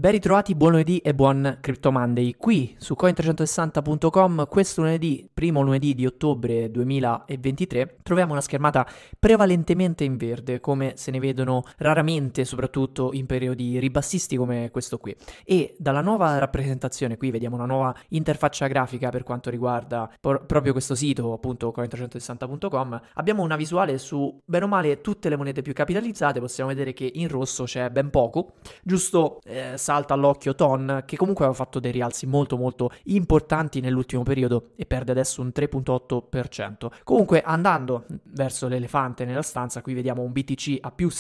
Ben ritrovati, buon lunedì e buon Crypto Monday. Qui su Coin360.com, questo lunedì, primo lunedì di ottobre 2023, troviamo una schermata prevalentemente in verde, come se ne vedono raramente, soprattutto in periodi ribassisti come questo qui. E dalla nuova rappresentazione, qui vediamo una nuova interfaccia grafica per quanto riguarda proprio questo sito, appunto Coin360.com, abbiamo una visuale su, bene o male, tutte le monete più capitalizzate. Possiamo vedere che in rosso c'è ben poco, giusto salta all'occhio TON, che comunque aveva fatto dei rialzi molto importanti nell'ultimo periodo e perde adesso un 3.8%. Comunque, andando verso l'elefante nella stanza, qui vediamo un BTC a più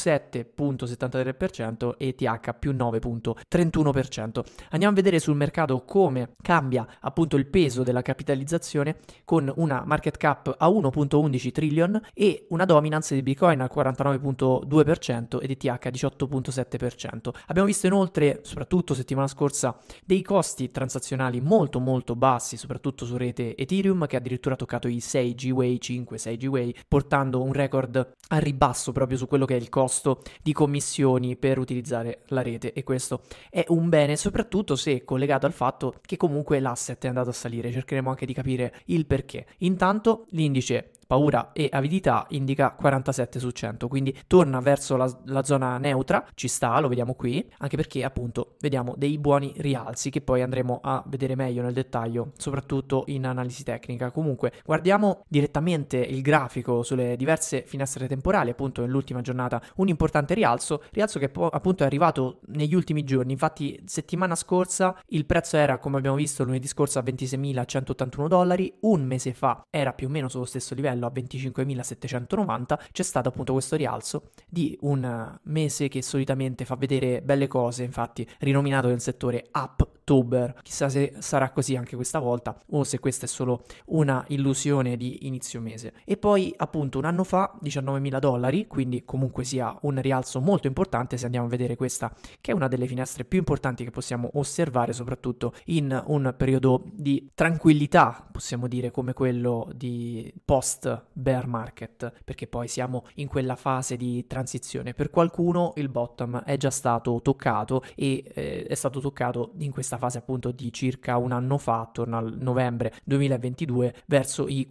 7.73% e ETH a più 9.31%. Andiamo a vedere sul mercato come cambia appunto il peso della capitalizzazione, con una market cap a 1.11 trillion e una dominance di Bitcoin al 49.2% ed ETH a 18.7%. Abbiamo visto inoltre, soprattutto settimana scorsa, dei costi transazionali molto bassi, soprattutto su rete Ethereum, che addirittura ha toccato i 6 Gwei, 5-6 Gwei, portando un record a ribasso proprio su quello che è il costo di commissioni per utilizzare la rete, e questo è un bene, soprattutto se collegato al fatto che comunque l'asset è andato a salire. Cercheremo anche di capire il perché. Intanto l'indice paura e avidità indica 47 su 100, quindi torna verso la zona neutra, ci sta, lo vediamo qui, anche perché appunto vediamo dei buoni rialzi che poi andremo a vedere meglio nel dettaglio, soprattutto in analisi tecnica. Comunque guardiamo direttamente il grafico sulle diverse finestre temporali. Appunto nell'ultima giornata un importante rialzo che appunto è arrivato negli ultimi giorni. Infatti settimana scorsa il prezzo era, come abbiamo visto lunedì scorso, a $26.181, un mese fa era più o meno sullo stesso livello a 25.790. C'è stato appunto questo rialzo di un mese che solitamente fa vedere belle cose, infatti rinominato nel settore Uptober. Chissà se sarà così anche questa volta o se questa è solo una illusione di inizio mese. E poi appunto un anno fa $19.000, quindi comunque sia un rialzo molto importante se andiamo a vedere questa, che è una delle finestre più importanti che possiamo osservare, soprattutto in un periodo di tranquillità, possiamo dire, come quello di post bear market, perché poi siamo in quella fase di transizione. Per qualcuno il bottom è già stato toccato e è stato toccato in questa fase appunto di circa un anno fa, attorno al novembre 2022, verso i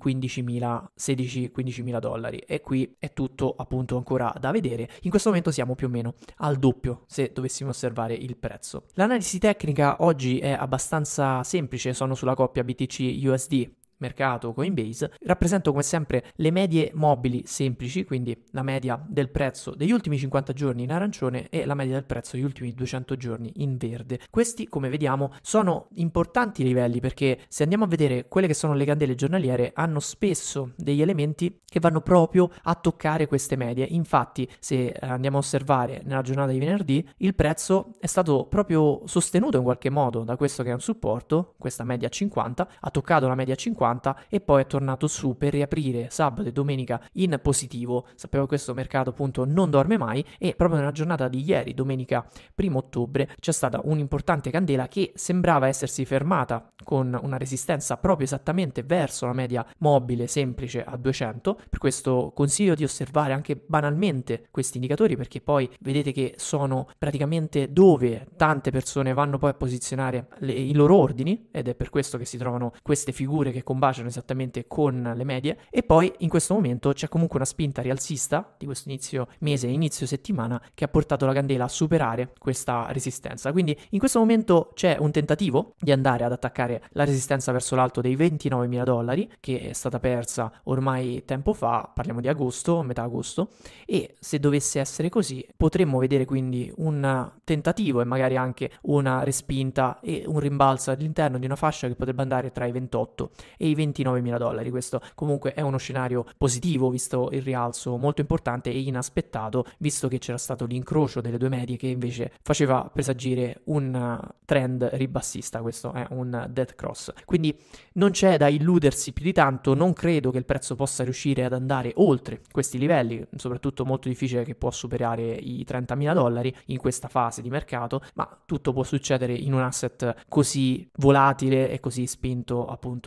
$16.000, e qui è tutto appunto ancora da vedere. In questo momento siamo più o meno al doppio se dovessimo osservare il prezzo. L'analisi tecnica oggi è abbastanza semplice, sono sulla coppia BTC USD mercato Coinbase. Rappresento come sempre le medie mobili semplici, quindi la media del prezzo degli ultimi 50 giorni in arancione e la media del prezzo degli ultimi 200 giorni in verde. Questi, come vediamo, sono importanti livelli, perché se andiamo a vedere quelle che sono le candele giornaliere, hanno spesso degli elementi che vanno proprio a toccare queste medie. Infatti, se andiamo a osservare nella giornata di venerdì, il prezzo è stato proprio sostenuto in qualche modo da questo che è un supporto, questa media 50, ha toccato la media 50 e poi è tornato su per riaprire sabato e domenica in positivo. Sappiamo che questo mercato appunto non dorme mai, e proprio nella giornata di ieri, domenica 1 ottobre, c'è stata un'importante candela che sembrava essersi fermata con una resistenza proprio esattamente verso la media mobile semplice a 200. Per questo consiglio di osservare anche banalmente questi indicatori, perché poi vedete che sono praticamente dove tante persone vanno poi a posizionare i loro ordini, ed è per questo che si trovano queste figure che combaciano esattamente con le medie. E poi in questo momento c'è comunque una spinta rialzista di questo inizio mese, inizio settimana, che ha portato la candela a superare questa resistenza. Quindi in questo momento c'è un tentativo di andare ad attaccare la resistenza verso l'alto dei $29.000, che è stata persa ormai tempo fa, parliamo di agosto, metà agosto, e se dovesse essere così potremmo vedere quindi un tentativo e magari anche una respinta e un rimbalzo all'interno di una fascia che potrebbe andare tra i 28 e i $29.000. Questo comunque è uno scenario positivo, visto il rialzo molto importante e inaspettato, visto che c'era stato l'incrocio delle due medie che invece faceva presagire un trend ribassista. Questo è un dead cross, quindi non c'è da illudersi più di tanto. Non credo che il prezzo possa riuscire ad andare oltre questi livelli, soprattutto molto difficile che può superare i $30.000 in questa fase di mercato, ma tutto può succedere in un asset così volatile e così spinto appunto dalle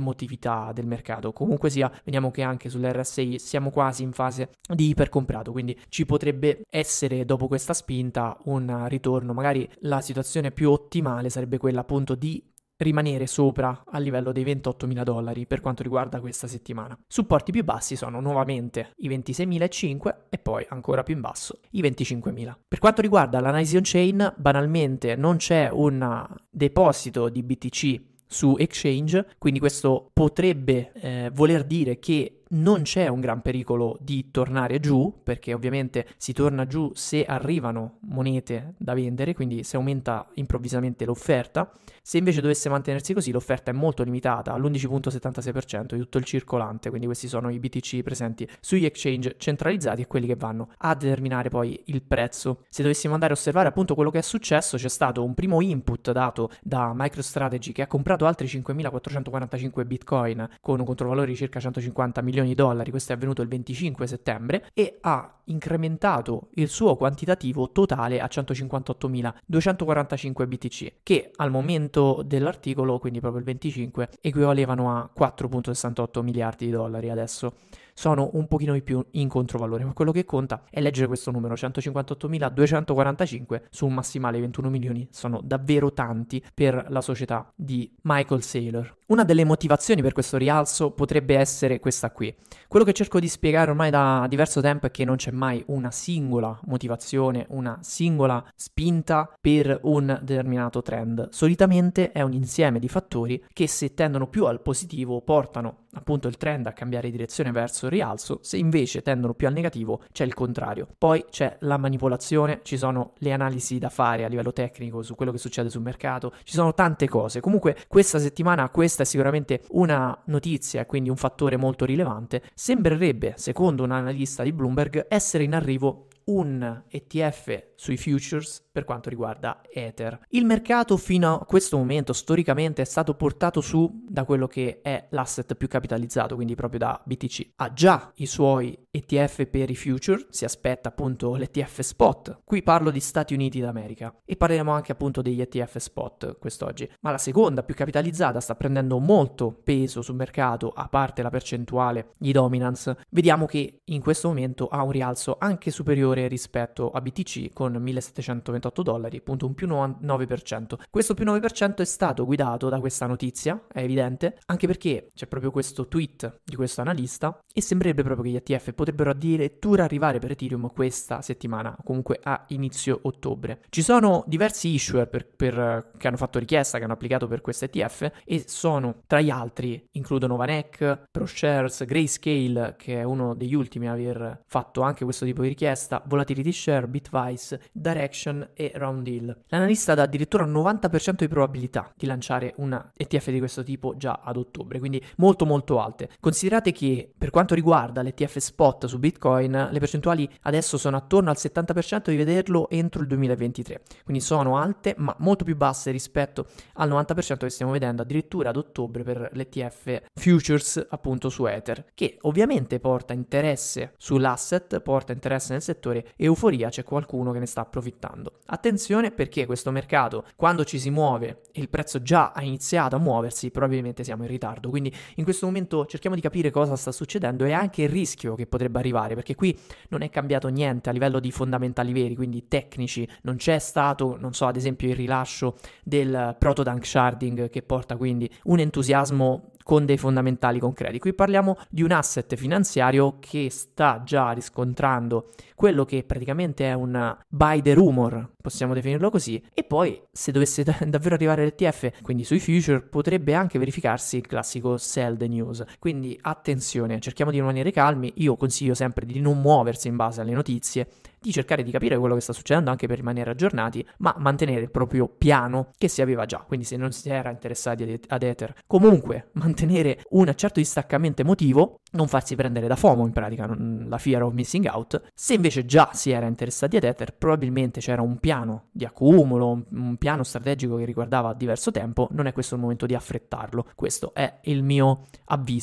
emotività del mercato. Comunque sia, vediamo che anche sull'RSI siamo quasi in fase di ipercomprato, quindi ci potrebbe essere dopo questa spinta un ritorno. Magari la situazione più ottimale sarebbe quella appunto di rimanere sopra a livello dei $28.000 per quanto riguarda questa settimana. Supporti più bassi sono nuovamente i 26.500 e poi ancora più in basso i 25.000. Per quanto riguarda l'analisi on-chain, banalmente non c'è un deposito di BTC su exchange, quindi questo potrebbe voler dire che non c'è un gran pericolo di tornare giù, perché ovviamente si torna giù se arrivano monete da vendere, quindi se aumenta improvvisamente l'offerta. Se invece dovesse mantenersi così, l'offerta è molto limitata, all'11.76% di tutto il circolante, quindi questi sono i BTC presenti sugli exchange centralizzati e quelli che vanno a determinare poi il prezzo. Se dovessimo andare a osservare appunto quello che è successo, c'è stato un primo input dato da MicroStrategy che ha comprato altri 5.445 bitcoin con un controvalore di circa $150 milioni, questo è avvenuto il 25 settembre, e ha incrementato il suo quantitativo totale a 158.245 BTC, che al momento dell'articolo, quindi proprio il 25, equivalevano a $4.68 miliardi adesso. Sono un pochino di più in controvalore, ma quello che conta è leggere questo numero, 158.245 su un massimale 21 milioni, sono davvero tanti per la società di Michael Saylor. Una delle motivazioni per questo rialzo potrebbe essere questa qui. Quello che cerco di spiegare ormai da diverso tempo è che non c'è mai una singola motivazione, una singola spinta per un determinato trend. Solitamente è un insieme di fattori che, se tendono più al positivo, portano appunto il trend a cambiare direzione verso il rialzo, se invece tendono più al negativo c'è il contrario. Poi c'è la manipolazione, ci sono le analisi da fare a livello tecnico su quello che succede sul mercato, ci sono tante cose. Comunque questa settimana questa è sicuramente una notizia e quindi un fattore molto rilevante. Sembrerebbe, secondo un analista di Bloomberg, essere in arrivo un ETF sui futures per quanto riguarda Ether. Il mercato fino a questo momento storicamente è stato portato su da quello che è l'asset più capitalizzato, quindi proprio da BTC. Ha già i suoi ETF per i future, si aspetta appunto l'ETF spot. Qui parlo di Stati Uniti d'America e parleremo anche appunto degli ETF spot quest'oggi. Ma la seconda più capitalizzata sta prendendo molto peso sul mercato, a parte la percentuale di dominance. Vediamo che in questo momento ha un rialzo anche superiore rispetto a BTC con $1.728, appunto un più 9%. Questo più 9% è stato guidato da questa notizia, è evidente, anche perché c'è proprio questo tweet di questo analista e sembrerebbe proprio che gli ETF potrebbero addirittura arrivare per Ethereum questa settimana, comunque a inizio ottobre. Ci sono diversi issuer che hanno fatto richiesta, che hanno applicato per questo ETF e sono tra gli altri, includono VanEck, ProShares, Grayscale, che è uno degli ultimi a aver fatto anche questo tipo di richiesta, Volatility Share, Bitwise, Direction e Roundhill. L'analista dà addirittura un 90% di probabilità di lanciare una ETF di questo tipo già ad ottobre, quindi molto molto alte. Considerate che per quanto riguarda l'ETF spot su Bitcoin, le percentuali adesso sono attorno al 70% di vederlo entro il 2023, quindi sono alte ma molto più basse rispetto al 90% che stiamo vedendo addirittura ad ottobre per l'ETF futures appunto su Ether, che ovviamente porta interesse sull'asset, porta interesse nel settore, euforia, c'è qualcuno che ne sta approfittando. Attenzione, perché questo mercato, quando ci si muove e il prezzo già ha iniziato a muoversi, probabilmente siamo in ritardo, quindi in questo momento cerchiamo di capire cosa sta succedendo e anche il rischio che potrebbe arrivare, perché qui non è cambiato niente a livello di fondamentali veri, quindi tecnici. Non c'è stato, non so, ad esempio il rilascio del proto-dunk sharding che porta quindi un entusiasmo con dei fondamentali concreti. Qui parliamo di un asset finanziario che sta già riscontrando quello che praticamente è un buy the rumor, possiamo definirlo così, e poi se dovesse davvero arrivare l'ETF, quindi sui future, potrebbe anche verificarsi il classico sell the news. Quindi attenzione, cerchiamo di rimanere calmi, io consiglio sempre di non muoversi in base alle notizie, di cercare di capire quello che sta succedendo anche per rimanere aggiornati, ma mantenere il proprio piano che si aveva già. Quindi se non si era interessati ad Ether, comunque mantenere un certo distaccamento emotivo, non farsi prendere da FOMO, in pratica la fear of missing out. Se invece già si era interessati ad Ether, probabilmente c'era un piano di accumulo, un piano strategico che riguardava diverso tempo, non è questo il momento di affrettarlo. Questo è il mio avviso.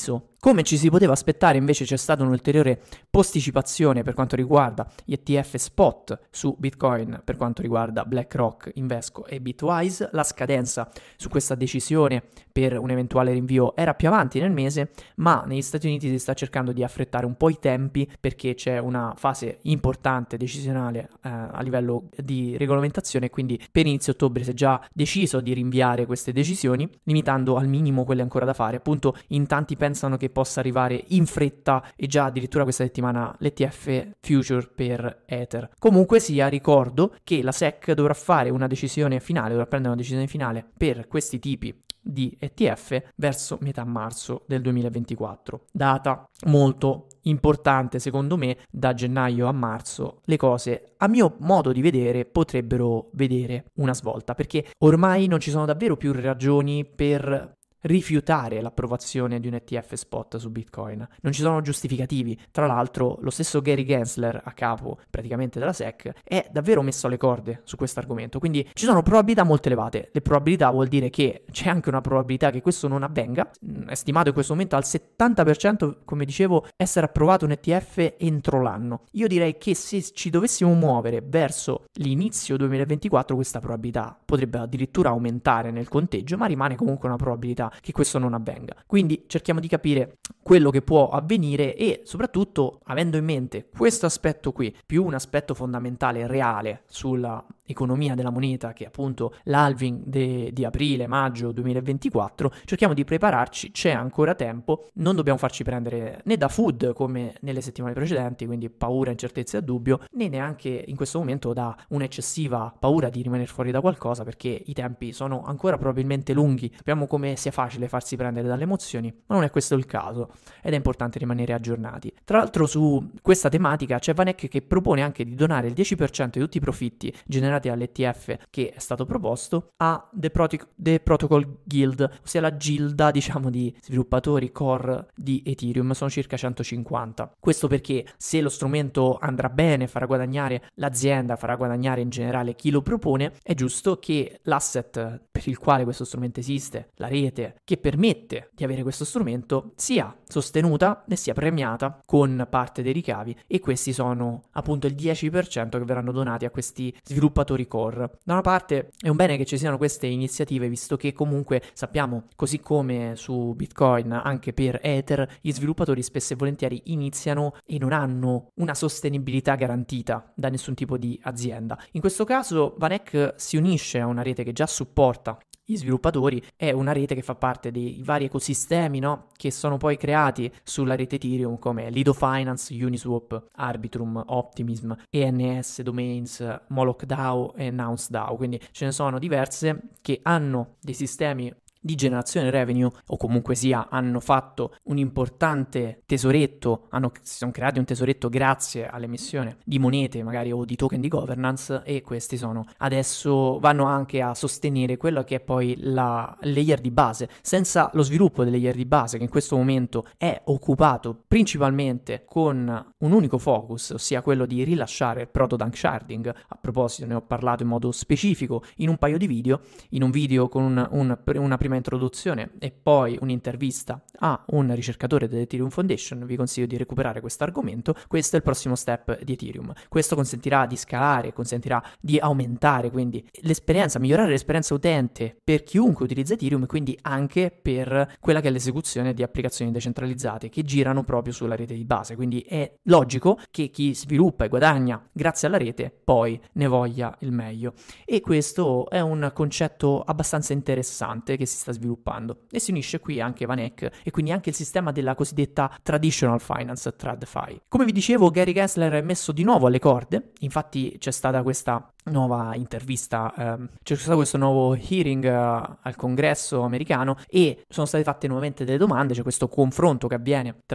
Come ci si poteva aspettare, invece, c'è stata un'ulteriore posticipazione per quanto riguarda gli ETF spot su Bitcoin, per quanto riguarda BlackRock, Invesco e Bitwise. La scadenza su questa decisione per un eventuale rinvio era più avanti nel mese, ma negli Stati Uniti si sta cercando di affrettare un po' i tempi perché c'è una fase importante decisionale a livello di regolamentazione, quindi per inizio ottobre si è già deciso di rinviare queste decisioni, limitando al minimo quelle ancora da fare. Appunto, in tanti pensano che possa arrivare in fretta e già addirittura questa settimana l'ETF Future per Ether. Comunque sia, ricordo che la SEC dovrà fare una decisione finale, dovrà prendere una decisione finale per questi tipi di ETF verso metà marzo del 2024, data molto importante secondo me. Da gennaio a marzo le cose, a mio modo di vedere, potrebbero vedere una svolta, perché ormai non ci sono davvero più ragioni per rifiutare l'approvazione di un ETF spot su Bitcoin. Non ci sono giustificativi. Tra l'altro, lo stesso Gary Gensler, a capo praticamente della SEC, è davvero messo alle corde su questo argomento. Quindi ci sono probabilità molto elevate. Le probabilità vuol dire che c'è anche una probabilità che questo non avvenga. È stimato in questo momento al 70%, come dicevo, essere approvato un ETF entro l'anno. Io direi che se ci dovessimo muovere verso l'inizio 2024, questa probabilità potrebbe addirittura aumentare nel conteggio, ma rimane comunque una probabilità che questo non avvenga. Quindi cerchiamo di capire quello che può avvenire e soprattutto, avendo in mente questo aspetto qui, più un aspetto fondamentale reale sulla economia della moneta, che è appunto l'halving di aprile-maggio 2024, cerchiamo di prepararci, c'è ancora tempo, non dobbiamo farci prendere né da FUD come nelle settimane precedenti, quindi paura, incertezza e dubbio, né neanche in questo momento da un'eccessiva paura di rimanere fuori da qualcosa, perché i tempi sono ancora probabilmente lunghi. Sappiamo come sia facile farsi prendere dalle emozioni, ma non è questo il caso ed è importante rimanere aggiornati. Tra l'altro, su questa tematica c'è VanEck che propone anche di donare il 10% di tutti i profitti generati all'ETF che è stato proposto a The Protocol Guild, ossia la gilda, diciamo, di sviluppatori core di Ethereum. Sono circa 150. Questo perché se lo strumento andrà bene, farà guadagnare l'azienda, farà guadagnare in generale chi lo propone, è giusto che l'asset per il quale questo strumento esiste, la rete che permette di avere questo strumento, sia sostenuta e sia premiata con parte dei ricavi, e questi sono appunto il 10% che verranno donati a questi sviluppatori core. Da una parte è un bene che ci siano queste iniziative, visto che comunque sappiamo, così come su Bitcoin, anche per Ether, gli sviluppatori spesso e volentieri iniziano e non hanno una sostenibilità garantita da nessun tipo di azienda. In questo caso VanEck si unisce a una rete che già supporta gli sviluppatori, è una rete che fa parte dei vari ecosistemi, no? Che sono poi creati sulla rete Ethereum, come Lido Finance, Uniswap, Arbitrum, Optimism, ENS Domains, Moloch DAO e Nouns DAO. Quindi ce ne sono diverse che hanno dei sistemi di generazione revenue, o comunque sia hanno fatto un importante tesoretto, si sono creati un tesoretto grazie all'emissione di monete magari o di token di governance, e questi adesso vanno anche a sostenere quello che è poi la layer di base. Senza lo sviluppo delle layer di base, che in questo momento è occupato principalmente con un unico focus, ossia quello di rilasciare il proto danksharding. A proposito, ne ho parlato in modo specifico in un paio di video, in un video con una prima introduzione e poi un'intervista a un ricercatore dell'Ethereum Foundation. Vi consiglio di recuperare questo argomento. Questo è il prossimo step di Ethereum. Questo consentirà di scalare, consentirà di aumentare quindi l'esperienza, migliorare l'esperienza utente per chiunque utilizza Ethereum, e quindi anche per quella che è l'esecuzione di applicazioni decentralizzate che girano proprio sulla rete di base. Quindi è logico che chi sviluppa e guadagna grazie alla rete poi ne voglia il meglio, e questo è un concetto abbastanza interessante che si sta sviluppando, e si unisce qui anche VanEck e quindi anche il sistema della cosiddetta traditional finance, TradFi. Come vi dicevo, Gary Gensler è messo di nuovo alle corde. Infatti c'è stata questa nuova intervista, c'è stato questo nuovo hearing al congresso americano e sono state fatte nuovamente delle domande. C'è questo confronto che avviene tra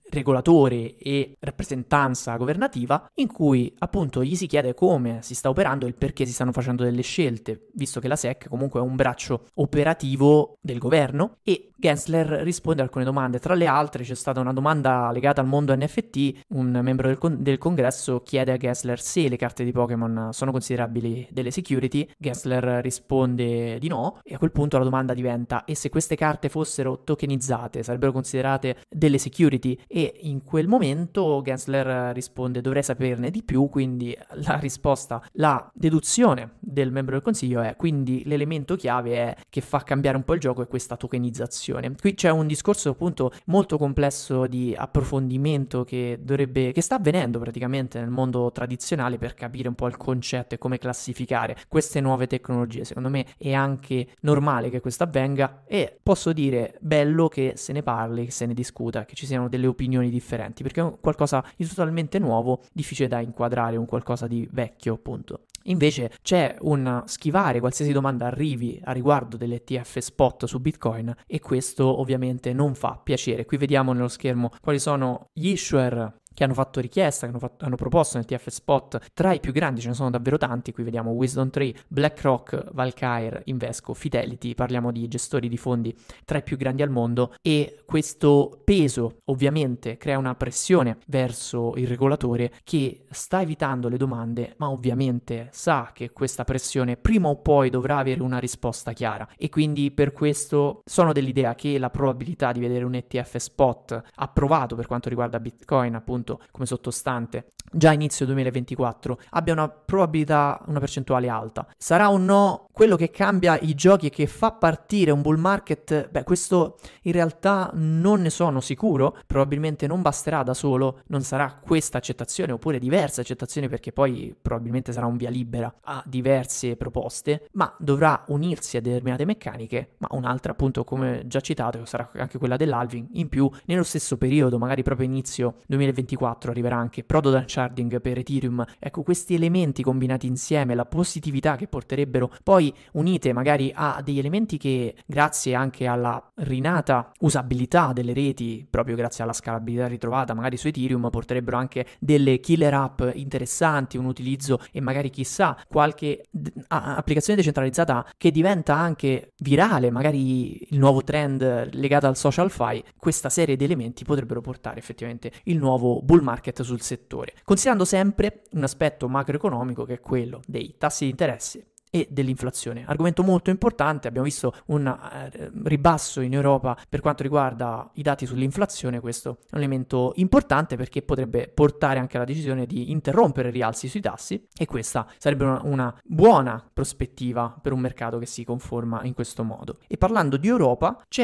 regolatore e rappresentanza governativa, in cui appunto gli si chiede come si sta operando e il perché si stanno facendo delle scelte, visto che la SEC comunque è un braccio operativo del governo, e Gensler risponde a alcune domande. Tra le altre c'è stata una domanda legata al mondo NFT. Un membro del congresso chiede a Gensler se le carte di Pokémon sono considerabili delle security. Gensler risponde di no, e a quel punto la domanda diventa: e se queste carte fossero tokenizzate sarebbero considerate delle security? E in quel momento Gensler risponde: dovrei saperne di più. Quindi la risposta, la deduzione del membro del consiglio è: quindi l'elemento chiave è che fa cambiare un po' il gioco è questa tokenizzazione. Qui c'è un discorso appunto molto complesso di approfondimento che sta avvenendo praticamente nel mondo tradizionale per capire un po' il concetto e come classificare queste nuove tecnologie. Secondo me è anche normale che questo avvenga, e posso dire bello che se ne parli, che se ne discuta, che ci siano delle opinioni differenti, perché è qualcosa di totalmente nuovo, difficile da inquadrare, un qualcosa di vecchio appunto. Invece c'è un schivare qualsiasi domanda arrivi a riguardo dell'ETF spot su Bitcoin, e questo ovviamente non fa piacere. Qui vediamo nello schermo quali sono gli issuer che hanno fatto richiesta, che hanno proposto nel TF Spot. Tra i più grandi ce ne sono davvero tanti. Qui vediamo Wisdom Tree, BlackRock, Valkyrie, Invesco, Fidelity. Parliamo di gestori di fondi tra i più grandi al mondo, e questo peso ovviamente crea una pressione verso il regolatore, che sta evitando le domande, ma ovviamente sa che questa pressione prima o poi dovrà avere una risposta chiara, e quindi per questo sono dell'idea che la probabilità di vedere un ETF spot approvato per quanto riguarda Bitcoin, appunto come sottostante, già inizio 2024, abbia una probabilità, una percentuale alta. Sarà o no quello che cambia i giochi e che fa partire un bull market? Beh, questo in realtà non ne sono sicuro. Probabilmente non basterà da solo, non sarà questa accettazione oppure diverse accettazioni, perché poi probabilmente sarà un via libera a diverse proposte, ma dovrà unirsi a determinate meccaniche, ma un'altra appunto, come già citato, sarà anche quella dell'halving. In più, nello stesso periodo, magari proprio inizio 2024, arriverà anche Proto Sharding per Ethereum. Ecco, questi elementi combinati insieme, la positività che porterebbero, poi unite magari a degli elementi che, grazie anche alla rinata usabilità delle reti, proprio grazie alla scalabilità ritrovata magari su Ethereum, porterebbero anche delle killer app interessanti, un utilizzo e magari chissà qualche applicazione decentralizzata che diventa anche virale, magari il nuovo trend legato al social fi. Questa serie di elementi potrebbero portare effettivamente il nuovo bull market sul settore, considerando sempre un aspetto macroeconomico che è quello dei tassi di interesse e dell'inflazione. Argomento molto importante. Abbiamo visto un ribasso in Europa per quanto riguarda i dati sull'inflazione. Questo è un elemento importante perché potrebbe portare anche alla decisione di interrompere rialzi sui tassi, e questa sarebbe una buona prospettiva per un mercato che si conforma in questo modo. E parlando di Europa, ci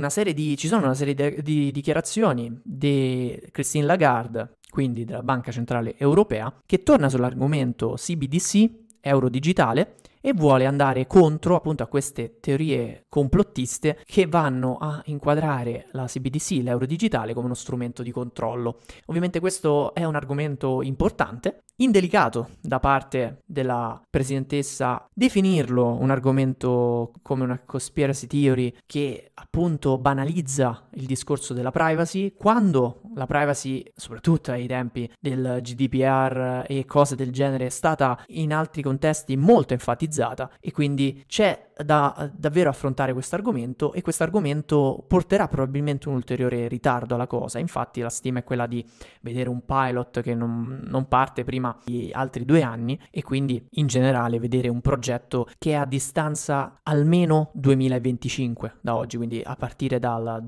sono una serie di dichiarazioni di Christine Lagarde, quindi della Banca Centrale Europea, che torna sull'argomento CBDC, euro digitale, e vuole andare contro appunto a queste teorie complottiste che vanno a inquadrare la CBDC, l'euro digitale, come uno strumento di controllo. Ovviamente questo è un argomento importante, indelicato da parte della presidentessa definirlo un argomento come una conspiracy theory che appunto banalizza il discorso della privacy, quando la privacy, soprattutto ai tempi del GDPR e cose del genere, è stata in altri contesti molto enfatizzata, e quindi c'è da davvero affrontare questo argomento, e questo argomento porterà probabilmente un ulteriore ritardo alla cosa. Infatti la stima è quella di vedere un pilot che non parte prima di altri 2 anni, e quindi in generale vedere un progetto che è a distanza almeno 2025 da oggi, quindi a partire dal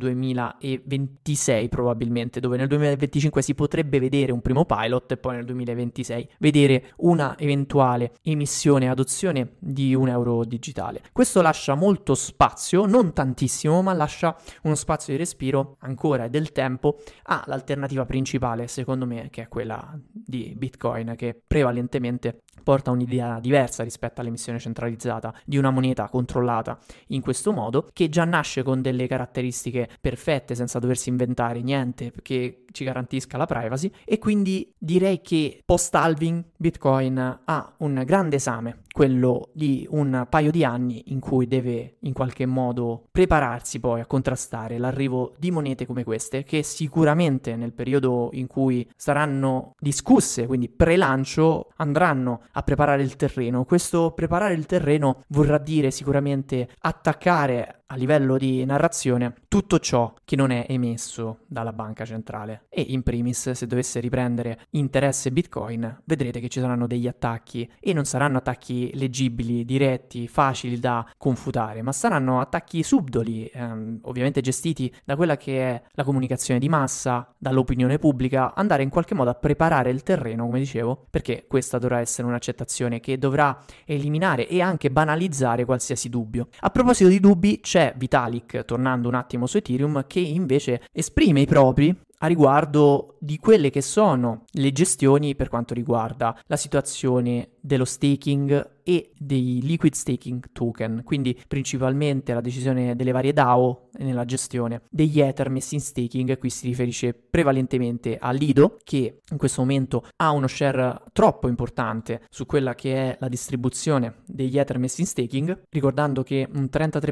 2026 probabilmente, dove nel 2025 si potrebbe vedere un primo pilot e poi nel 2026 vedere una eventuale emissione e adozione di un euro digitale. Questo lascia molto spazio, non tantissimo, ma lascia uno spazio di respiro ancora e del tempo all'alternativa principale, secondo me, che è quella di Bitcoin, che prevalentemente porta un'idea diversa rispetto all'emissione centralizzata di una moneta controllata in questo modo, che già nasce con delle caratteristiche perfette senza doversi inventare niente che ci garantisca la privacy, e quindi direi che post-halving Bitcoin ha un grande esame, quello di un paio di anni in cui deve in qualche modo prepararsi poi a contrastare l'arrivo di monete come queste, che sicuramente nel periodo in cui saranno discusse, quindi pre-lancio, andranno a preparare il terreno. Questo preparare il terreno vorrà dire sicuramente attaccare a livello di narrazione tutto ciò che non è emesso dalla banca centrale. E in primis, se dovesse riprendere interesse Bitcoin, vedrete che ci saranno degli attacchi, e non saranno attacchi leggibili, diretti, facili da confutare, ma saranno attacchi subdoli, ovviamente gestiti da quella che è la comunicazione di massa, dall'opinione pubblica, andare in qualche modo a preparare il terreno, come dicevo, perché questa dovrà essere un'accettazione che dovrà eliminare e anche banalizzare qualsiasi dubbio. A proposito di dubbi, c'è Vitalik, tornando un attimo su Ethereum, che invece esprime i propri a riguardo di quelle che sono le gestioni per quanto riguarda la situazione dello staking e dei liquid staking token, quindi principalmente la decisione delle varie DAO nella gestione degli Ether messi in staking. Qui si riferisce prevalentemente a Lido, che in questo momento ha uno share troppo importante su quella che è la distribuzione degli Ether messi in staking, ricordando che un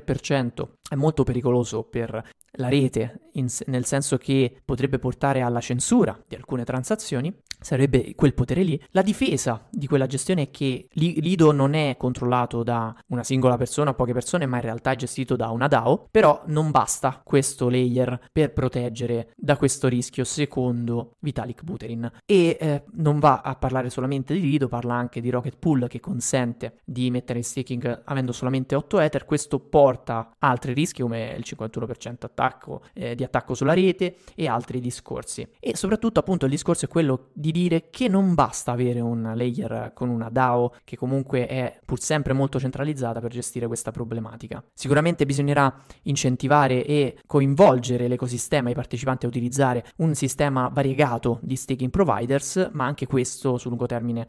33% è molto pericoloso per la rete, nel senso che potrebbe portare alla censura di alcune transazioni, sarebbe quel potere lì. La difesa di quella gestione è che Lido non è controllato da una singola persona o poche persone, ma in realtà è gestito da una DAO, però non basta questo layer per proteggere da questo rischio, secondo Vitalik Buterin. E non va a parlare solamente di Lido, parla anche di Rocket Pool, che consente di mettere in staking avendo solamente 8 Ether. Questo porta altri rischi come il 51% di attacco sulla rete e altri discorsi. E soprattutto appunto il discorso è quello di dire che non basta avere un layer con una DAO che comunque è pur sempre molto centralizzata per gestire questa problematica. Sicuramente bisognerà incentivare e coinvolgere l'ecosistema, i partecipanti a utilizzare un sistema variegato di staking providers, ma anche questo sul lungo termine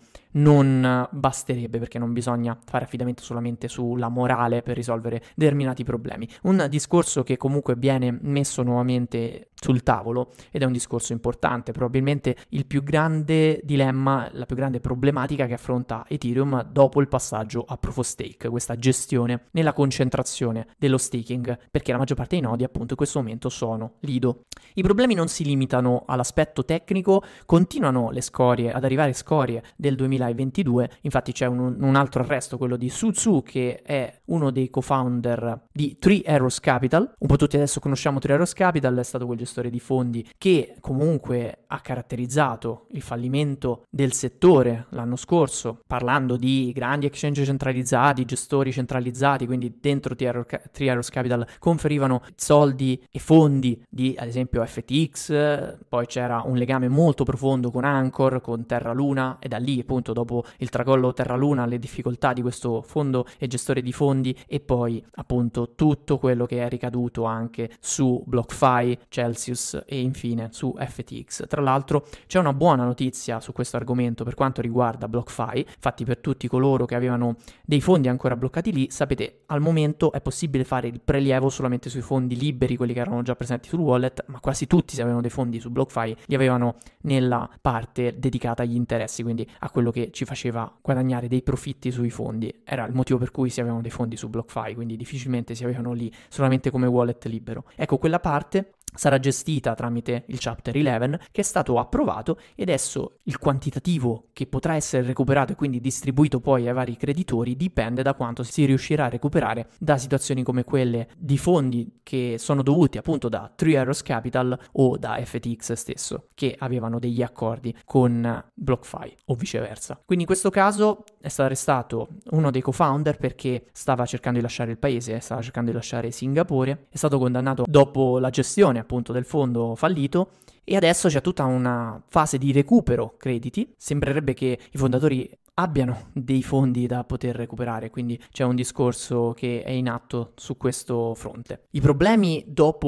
non basterebbe, perché non bisogna fare affidamento solamente sulla morale per risolvere determinati problemi. Un discorso che comunque viene messo nuovamente sul tavolo, ed è un discorso importante, probabilmente il più grande dilemma, la più grande problematica che affronta Ethereum dopo il passaggio a Proof of Stake, questa gestione nella concentrazione dello staking, perché la maggior parte dei nodi appunto in questo momento sono Lido. I problemi non si limitano all'aspetto tecnico, continuano ad arrivare scorie del 2022, infatti c'è un altro arresto, quello di Su Zhu, che è uno dei co-founder di Three Arrows Capital. Un po' tutti adesso conosciamo Three Arrows Capital, è stato quel gestore di fondi che comunque ha caratterizzato il fallimento del settore l'anno scorso, parlando di grandi exchange centralizzati, gestori centralizzati, quindi dentro Three Arrows Capital conferivano soldi e fondi di ad esempio FTX, poi c'era un legame molto profondo con Anchor, con Terra Luna, e da lì appunto dopo il tracollo Terra Luna le difficoltà di questo fondo e gestore di fondi, e poi appunto tutto quello che è ricaduto anche su BlockFi, Celsius e infine su FTX. Tra l'altro c'è una buona notizia su questo argomento per quanto riguarda BlockFi, infatti per tutti coloro che avevano dei fondi ancora bloccati lì, sapete, al momento è possibile fare il prelievo solamente sui fondi liberi, quelli che erano già presenti sul wallet, ma quasi tutti, se avevano dei fondi su BlockFi, li avevano nella parte dedicata agli interessi, quindi a quello che ci faceva guadagnare dei profitti sui fondi. Era il motivo per cui si avevano dei fondi su BlockFi, quindi difficilmente si avevano lì solamente come wallet libero. Ecco, quella parte sarà gestita tramite il Chapter 11 che è stato approvato, e adesso il quantitativo che potrà essere recuperato e quindi distribuito poi ai vari creditori dipende da quanto si riuscirà a recuperare da situazioni come quelle di fondi che sono dovuti appunto da Three Arrows Capital o da FTX stesso, che avevano degli accordi con BlockFi o viceversa. Quindi in questo caso è stato arrestato uno dei co-founder perché stava cercando di lasciare il paese, stava cercando di lasciare Singapore, è stato condannato dopo la gestione appunto del fondo fallito, e adesso c'è tutta una fase di recupero crediti. Sembrerebbe che i fondatori abbiano dei fondi da poter recuperare, quindi c'è un discorso che è in atto su questo fronte. I problemi dopo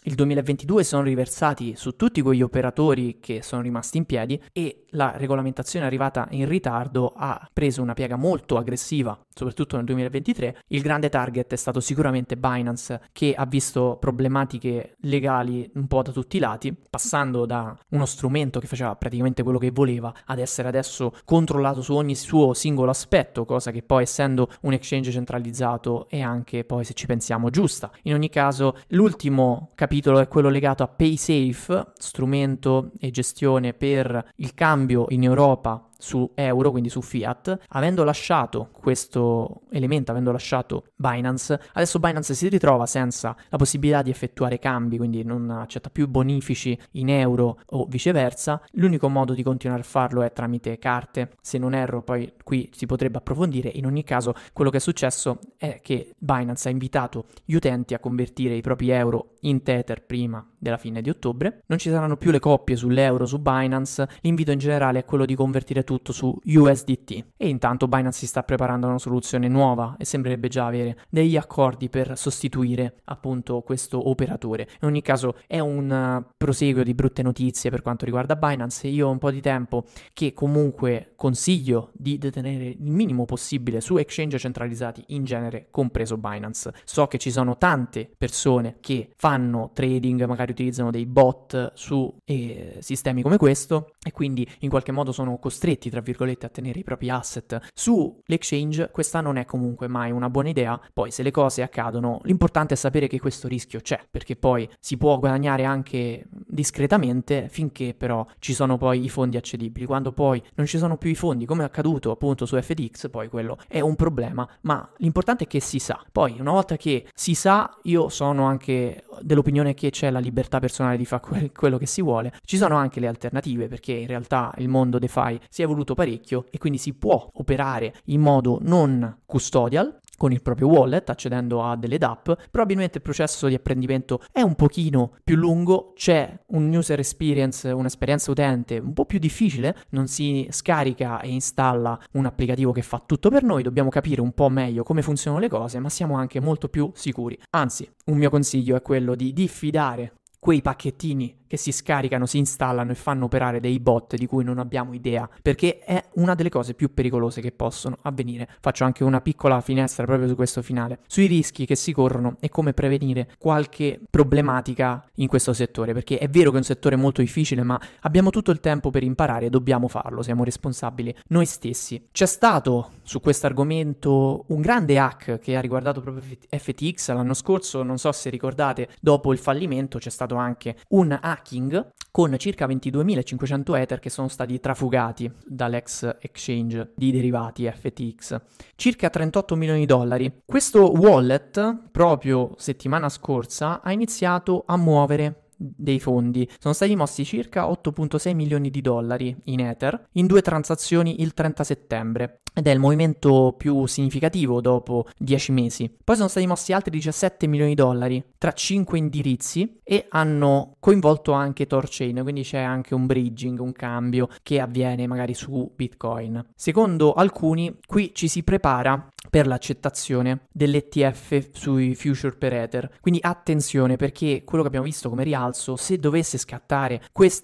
il 2022 sono riversati su tutti quegli operatori che sono rimasti in piedi e la regolamentazione arrivata in ritardo ha preso una piega molto aggressiva, soprattutto nel 2023. Il grande target è stato sicuramente Binance, che ha visto problematiche legali un po' da tutti i lati, passando da uno strumento che faceva praticamente quello che voleva ad essere adesso controllato su ogni suo singolo aspetto, cosa che poi, essendo un exchange centralizzato, è anche poi, se ci pensiamo, giusta. In ogni caso, l'ultimo capitolo è quello legato a PaySafe, strumento e gestione per il cambio in Europa su euro, quindi su fiat. Avendo lasciato questo elemento, avendo lasciato Binance, adesso Binance si ritrova senza la possibilità di effettuare cambi, quindi non accetta più bonifici in euro o viceversa. L'unico modo di continuare a farlo è tramite carte, se non erro, poi qui si potrebbe approfondire. In ogni caso, quello che è successo è che Binance ha invitato gli utenti a convertire i propri euro in Tether prima della fine di ottobre. Non ci saranno più le coppie sull'euro su Binance, l'invito in generale è quello di convertire tutto su USDT, e intanto Binance si sta preparando a una soluzione nuova e sembrerebbe già avere degli accordi per sostituire appunto questo operatore. In ogni caso è un proseguio di brutte notizie per quanto riguarda Binance. Io ho un po' di tempo che comunque consiglio di detenere il minimo possibile su exchange centralizzati in genere, compreso Binance. So che ci sono tante persone che fanno trading, magari utilizzano dei bot su sistemi come questo, e quindi in qualche modo sono costretti, tra virgolette, a tenere i propri asset su l'exchange. Questa non è comunque mai una buona idea. Poi, se le cose accadono, l'importante è sapere che questo rischio c'è, perché poi si può guadagnare anche discretamente, finché però ci sono poi i fondi accedibili. Quando poi non ci sono più i fondi, come è accaduto appunto su FTX, poi quello è un problema, ma l'importante è che si sa. Poi, una volta che si sa, io sono anche dell'opinione che c'è la libertà personale di fare quello che si vuole. Ci sono anche le alternative, perché in realtà il mondo DeFi si è evoluto parecchio e quindi si può operare in modo non custodial con il proprio wallet, accedendo a delle DApp. Probabilmente il processo di apprendimento è un pochino più lungo, c'è un user experience, un'esperienza utente un po' più difficile, non si scarica e installa un applicativo che fa tutto per noi, dobbiamo capire un po' meglio come funzionano le cose, ma siamo anche molto più sicuri. Anzi, un mio consiglio è quello di diffidare quei pacchettini che si scaricano, si installano e fanno operare dei bot di cui non abbiamo idea, perché è una delle cose più pericolose che possono avvenire. Faccio anche una piccola finestra proprio su questo finale, sui rischi che si corrono e come prevenire qualche problematica in questo settore, perché è vero che è un settore molto difficile, ma abbiamo tutto il tempo per imparare e dobbiamo farlo, siamo responsabili noi stessi. C'è stato su questo argomento un grande hack che ha riguardato proprio FTX l'anno scorso, non so se ricordate, dopo il fallimento c'è stato anche un hacking con circa 22.500 Ether che sono stati trafugati dall'ex exchange di derivati FTX, circa 38 milioni di dollari. Questo wallet, proprio settimana scorsa, ha iniziato a muovere dei fondi. Sono stati mossi circa 8,6 milioni di dollari in Ether in 2 transazioni il 30 settembre. Ed è il movimento più significativo dopo 10 mesi. Poi sono stati mossi altri 17 milioni di dollari tra 5 indirizzi e hanno coinvolto anche Thorchain, quindi c'è anche un bridging, un cambio che avviene magari su Bitcoin. Secondo alcuni, qui ci si prepara per l'accettazione dell'ETF sui future per Ether. Quindi attenzione, perché quello che abbiamo visto come rialzo, se dovesse scattare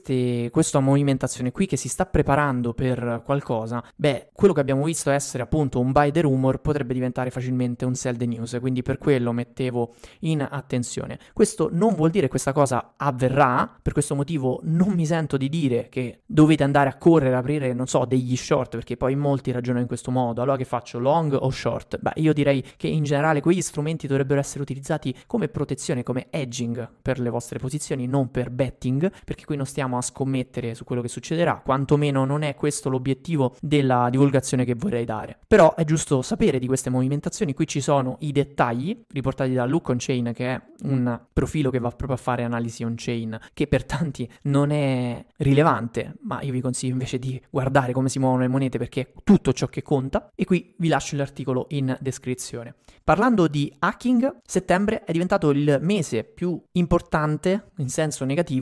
questa movimentazione qui che si sta preparando per qualcosa, quello che abbiamo visto essere appunto un buy the rumor potrebbe diventare facilmente un sell the news, quindi per quello mettevo in attenzione. Questo non vuol dire che questa cosa avverrà, per questo motivo non mi sento di dire che dovete andare a correre, aprire, non so, degli short, perché poi molti ragionano in questo modo. Allora che faccio, long o short? Io direi che in generale quegli strumenti dovrebbero essere utilizzati come protezione, come hedging per le vostre posizioni, non per betting, perché qui non stiamo a scommettere su quello che succederà, quantomeno non è questo l'obiettivo della divulgazione che vorrei dare. Però è giusto sapere di queste movimentazioni. Qui ci sono i dettagli riportati da Look on Chain, che è un profilo che va proprio a fare analisi on chain, che per tanti non è rilevante, ma io vi consiglio invece di guardare come si muovono le monete, perché è tutto ciò che conta. E qui vi lascio l'articolo in descrizione. Parlando di hacking, settembre è diventato il mese più importante in senso negativo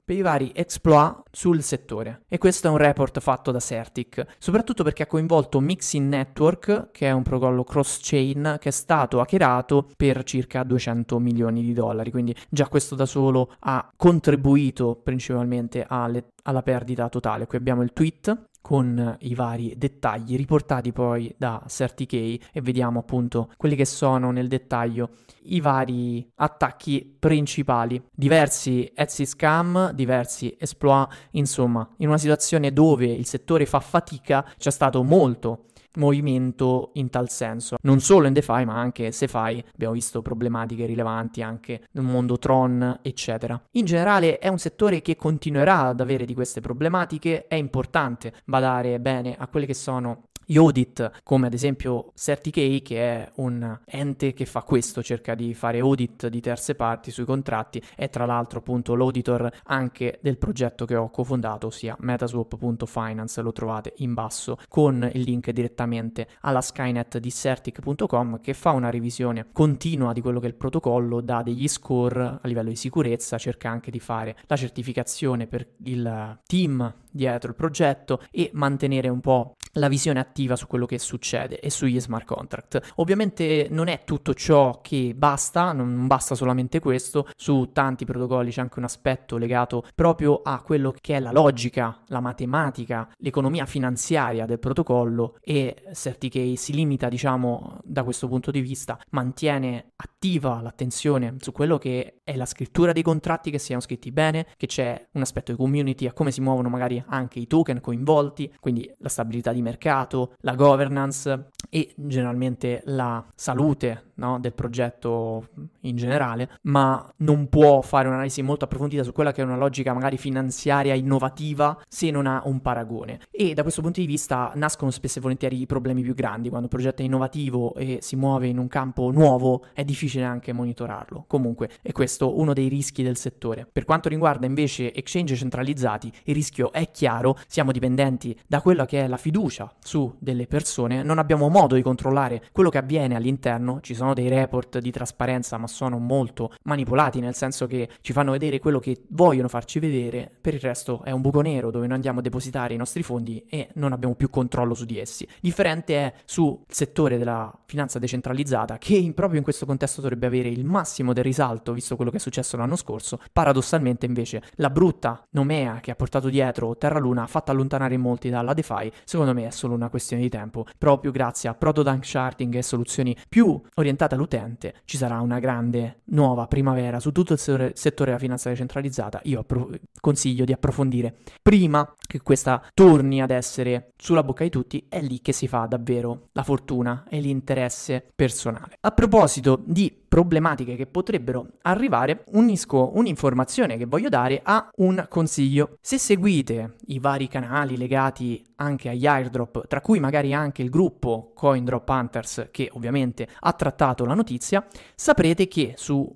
per i vari exploit sul settore. E questo è un report fatto da Certic, soprattutto perché ha coinvolto Mixin Network, che è un protocollo cross-chain che è stato hackerato per circa 200 milioni di dollari, quindi già questo da solo ha contribuito principalmente alla perdita totale. Qui abbiamo il tweet con i vari dettagli riportati poi da Certic e vediamo appunto quelli che sono nel dettaglio i vari attacchi principali, diversi Etsy scam, diversi exploit, insomma in una situazione dove il settore fa fatica c'è stato molto movimento in tal senso, non solo in DeFi ma anche CeFi. Abbiamo visto problematiche rilevanti anche nel mondo Tron, eccetera. In generale è un settore che continuerà ad avere di queste problematiche. È importante badare bene a quelle che sono gli audit, come ad esempio Certic, che è un ente che fa questo, cerca di fare audit di terze parti sui contratti, e tra l'altro appunto l'auditor anche del progetto che ho cofondato, ossia Metaswap.finance, lo trovate in basso con il link direttamente alla Skynet di Certic.com, che fa una revisione continua di quello che è il protocollo, dà degli score a livello di sicurezza, cerca anche di fare la certificazione per il team dietro il progetto e mantenere un po' la visione attiva su quello che succede e sugli smart contract. Ovviamente non è tutto ciò che basta, non basta solamente questo. Su tanti protocolli c'è anche un aspetto legato proprio a quello che è la logica, la matematica, l'economia finanziaria del protocollo, e Certic si limita, diciamo, da questo punto di vista, mantiene attiva l'attenzione su quello che è la scrittura dei contratti, che siano scritti bene, che c'è un aspetto di community, a come si muovono magari anche i token coinvolti, quindi la stabilità di mercato, la governance e generalmente la salute, no, del progetto in generale, ma non può fare un'analisi molto approfondita su quella che è una logica magari finanziaria innovativa se non ha un paragone. E da questo punto di vista nascono spesso e volentieri i problemi più grandi. Quando un progetto è innovativo e si muove in un campo nuovo è difficile anche monitorarlo. Comunque è questo uno dei rischi del settore. Per quanto riguarda invece exchange centralizzati, il rischio è chiaro, siamo dipendenti da quella che è la fiducia su delle persone, non abbiamo modo di controllare quello che avviene all'interno. Ci sono dei report di trasparenza, ma sono molto manipolati, nel senso che ci fanno vedere quello che vogliono farci vedere, per il resto è un buco nero dove noi andiamo a depositare i nostri fondi e non abbiamo più controllo su di essi. Differente è sul settore della finanza decentralizzata, che proprio in questo contesto dovrebbe avere il massimo del risalto, visto quello che è successo l'anno scorso. Paradossalmente invece la brutta nomea che ha portato dietro Terra Luna ha fatto allontanare molti dalla DeFi. Secondo me è solo una questione di tempo, proprio grazie a proto-dank sharding e soluzioni più orientate all'utente. Ci sarà una grande nuova primavera su tutto il settore della finanza decentralizzata. Io consiglio di approfondire prima che questa torni ad essere sulla bocca di tutti. È lì che si fa davvero la fortuna e l'interesse personale. A proposito di problematiche che potrebbero arrivare, unisco un'informazione che voglio dare a un consiglio. Se seguite i vari canali legati anche agli airdrop, tra cui magari anche il gruppo CoinDrop Hunters, che ovviamente ha trattato la notizia, saprete che su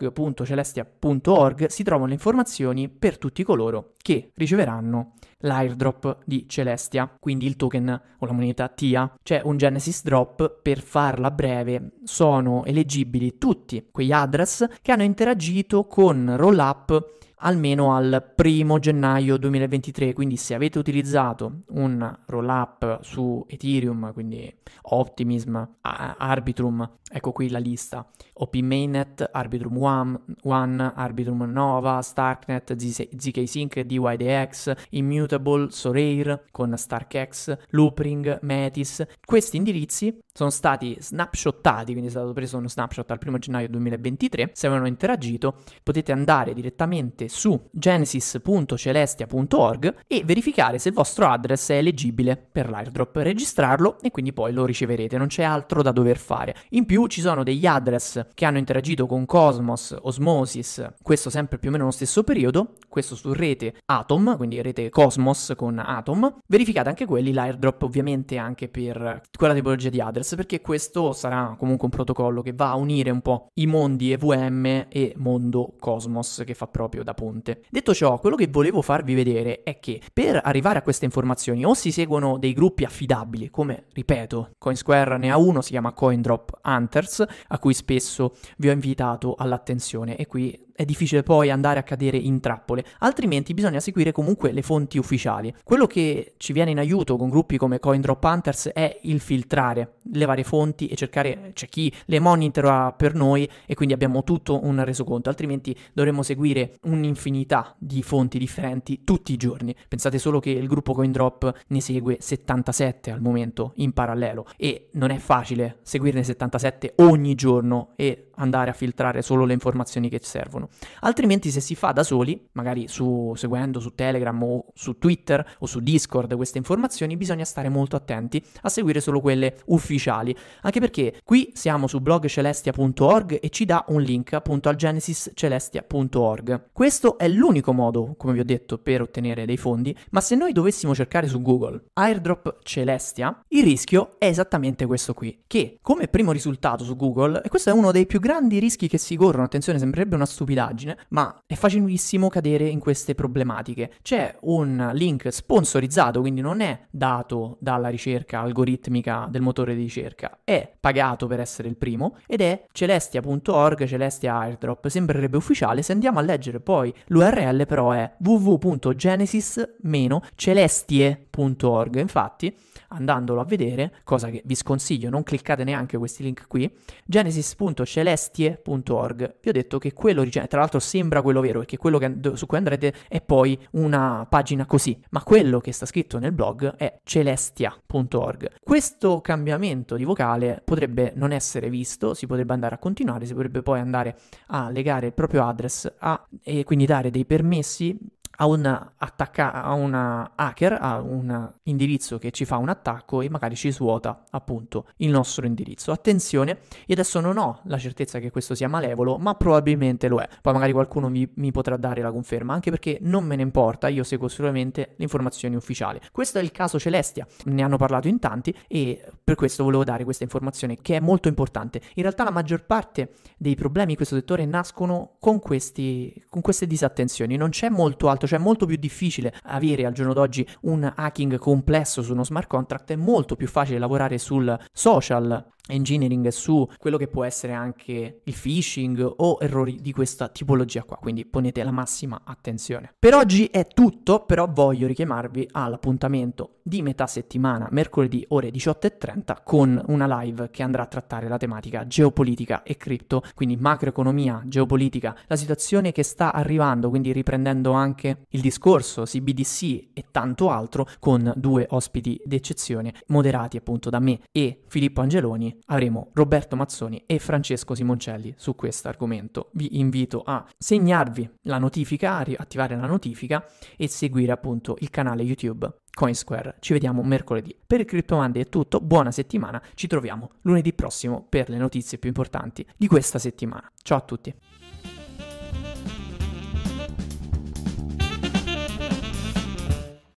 blog.celestia.org si trovano le informazioni per tutti coloro che riceveranno l'airdrop di Celestia, quindi il token o la moneta TIA. C'è un Genesis drop, per farla breve sono eleggibili tutti quegli address che hanno interagito con Rollup almeno al 1 gennaio 2023, quindi se avete utilizzato un rollup su Ethereum, quindi Optimism, Arbitrum, ecco qui la lista, OP Mainnet, Arbitrum One, Arbitrum Nova, Starknet, ZK Sync, DYDX, Immutable, Sorare con StarkX, Loopring, Metis. Questi indirizzi sono stati snapshottati, quindi è stato preso uno snapshot al 1 gennaio 2023. Se avevano interagito potete andare direttamente su genesis.celestia.org e verificare se il vostro address è eleggibile per l'airdrop, registrarlo e quindi poi lo riceverete, non c'è altro da dover fare. In più ci sono degli address che hanno interagito con Cosmos, Osmosis, questo sempre più o meno nello stesso periodo, questo su rete Atom, quindi rete Cosmos con Atom. Verificate anche quelli, l'airdrop ovviamente anche per quella tipologia di address. Hunters, perché questo sarà comunque un protocollo che va a unire un po' i mondi EVM e mondo Cosmos, che fa proprio da ponte. Detto ciò, quello che volevo farvi vedere è che per arrivare a queste informazioni o si seguono dei gruppi affidabili, come, ripeto, Coinsquare ne ha uno, si chiama CoinDrop Hunters, a cui spesso vi ho invitato all'attenzione, e qui è difficile poi andare a cadere in trappole, altrimenti bisogna seguire comunque le fonti ufficiali. Quello che ci viene in aiuto con gruppi come CoinDrop Hunters è il filtrare le varie fonti e cercare, c'è chi le monitora per noi e quindi abbiamo tutto un resoconto, altrimenti dovremmo seguire un'infinità di fonti differenti tutti i giorni. Pensate solo che il gruppo CoinDrop ne segue 77 al momento in parallelo, e non è facile seguirne 77 ogni giorno e andare a filtrare solo le informazioni che servono. Altrimenti, se si fa da soli, magari seguendo su Telegram o su Twitter o su Discord queste informazioni, bisogna stare molto attenti a seguire solo quelle ufficiali, anche perché qui siamo su blogcelestia.org e ci dà un link appunto al genesiscelestia.org. Questo è l'unico modo, come vi ho detto, per ottenere dei fondi, ma se noi dovessimo cercare su Google airdrop Celestia, il rischio è esattamente questo qui, che come primo risultato su Google, e questo è uno dei più grandi rischi che si corrono, attenzione, sembrerebbe una stupidaggine, ma è facilissimo cadere in queste problematiche. C'è un link sponsorizzato, quindi non è dato dalla ricerca algoritmica del motore di ricerca, è pagato per essere il primo, ed è celestia.org, Celestia Airdrop. Sembrerebbe ufficiale, se andiamo a leggere poi l'URL però è www.genesis-celestie.org. Infatti, andandolo a vedere, cosa che vi sconsiglio, non cliccate neanche questi link qui, genesis.celestie.org. Vi ho detto che quello originale, tra l'altro sembra quello vero, perché quello su cui andrete è poi una pagina così, ma quello che sta scritto nel blog è celestia.org. Questo cambiamento di vocale potrebbe non essere visto, si potrebbe andare a continuare, si potrebbe poi andare a legare il proprio address e quindi dare dei permessi a un hacker, a un indirizzo che ci fa un attacco e magari ci svuota appunto il nostro indirizzo. Attenzione, io adesso non ho la certezza che questo sia malevolo, ma probabilmente lo è. Poi magari qualcuno mi potrà dare la conferma, anche perché non me ne importa, io seguo solamente le informazioni ufficiali. Questo è il caso Celestia, ne hanno parlato in tanti e per questo volevo dare questa informazione che è molto importante. In realtà la maggior parte dei problemi in questo settore nascono con queste disattenzioni, non c'è molto altro. Cioè è molto più difficile avere al giorno d'oggi un hacking complesso su uno smart contract, è molto più facile lavorare sul social engineering, su quello che può essere anche il phishing o errori di questa tipologia qua, quindi ponete la massima attenzione. Per oggi è tutto, però voglio richiamarvi all'appuntamento di metà settimana, mercoledì ore 18:30, con una live che andrà a trattare la tematica geopolitica e cripto, quindi macroeconomia, geopolitica, la situazione che sta arrivando, quindi riprendendo anche il discorso CBDC e tanto altro, con due ospiti d'eccezione moderati appunto da me e Filippo Angeloni. Avremo Roberto Mazzoni e Francesco Simoncelli su questo argomento. Vi invito a segnarvi la notifica, a attivare la notifica e seguire appunto il canale YouTube Coinsquare. Ci vediamo mercoledì. Per il Crypto Monday è tutto, buona settimana, ci troviamo lunedì prossimo per le notizie più importanti di questa settimana. Ciao a tutti.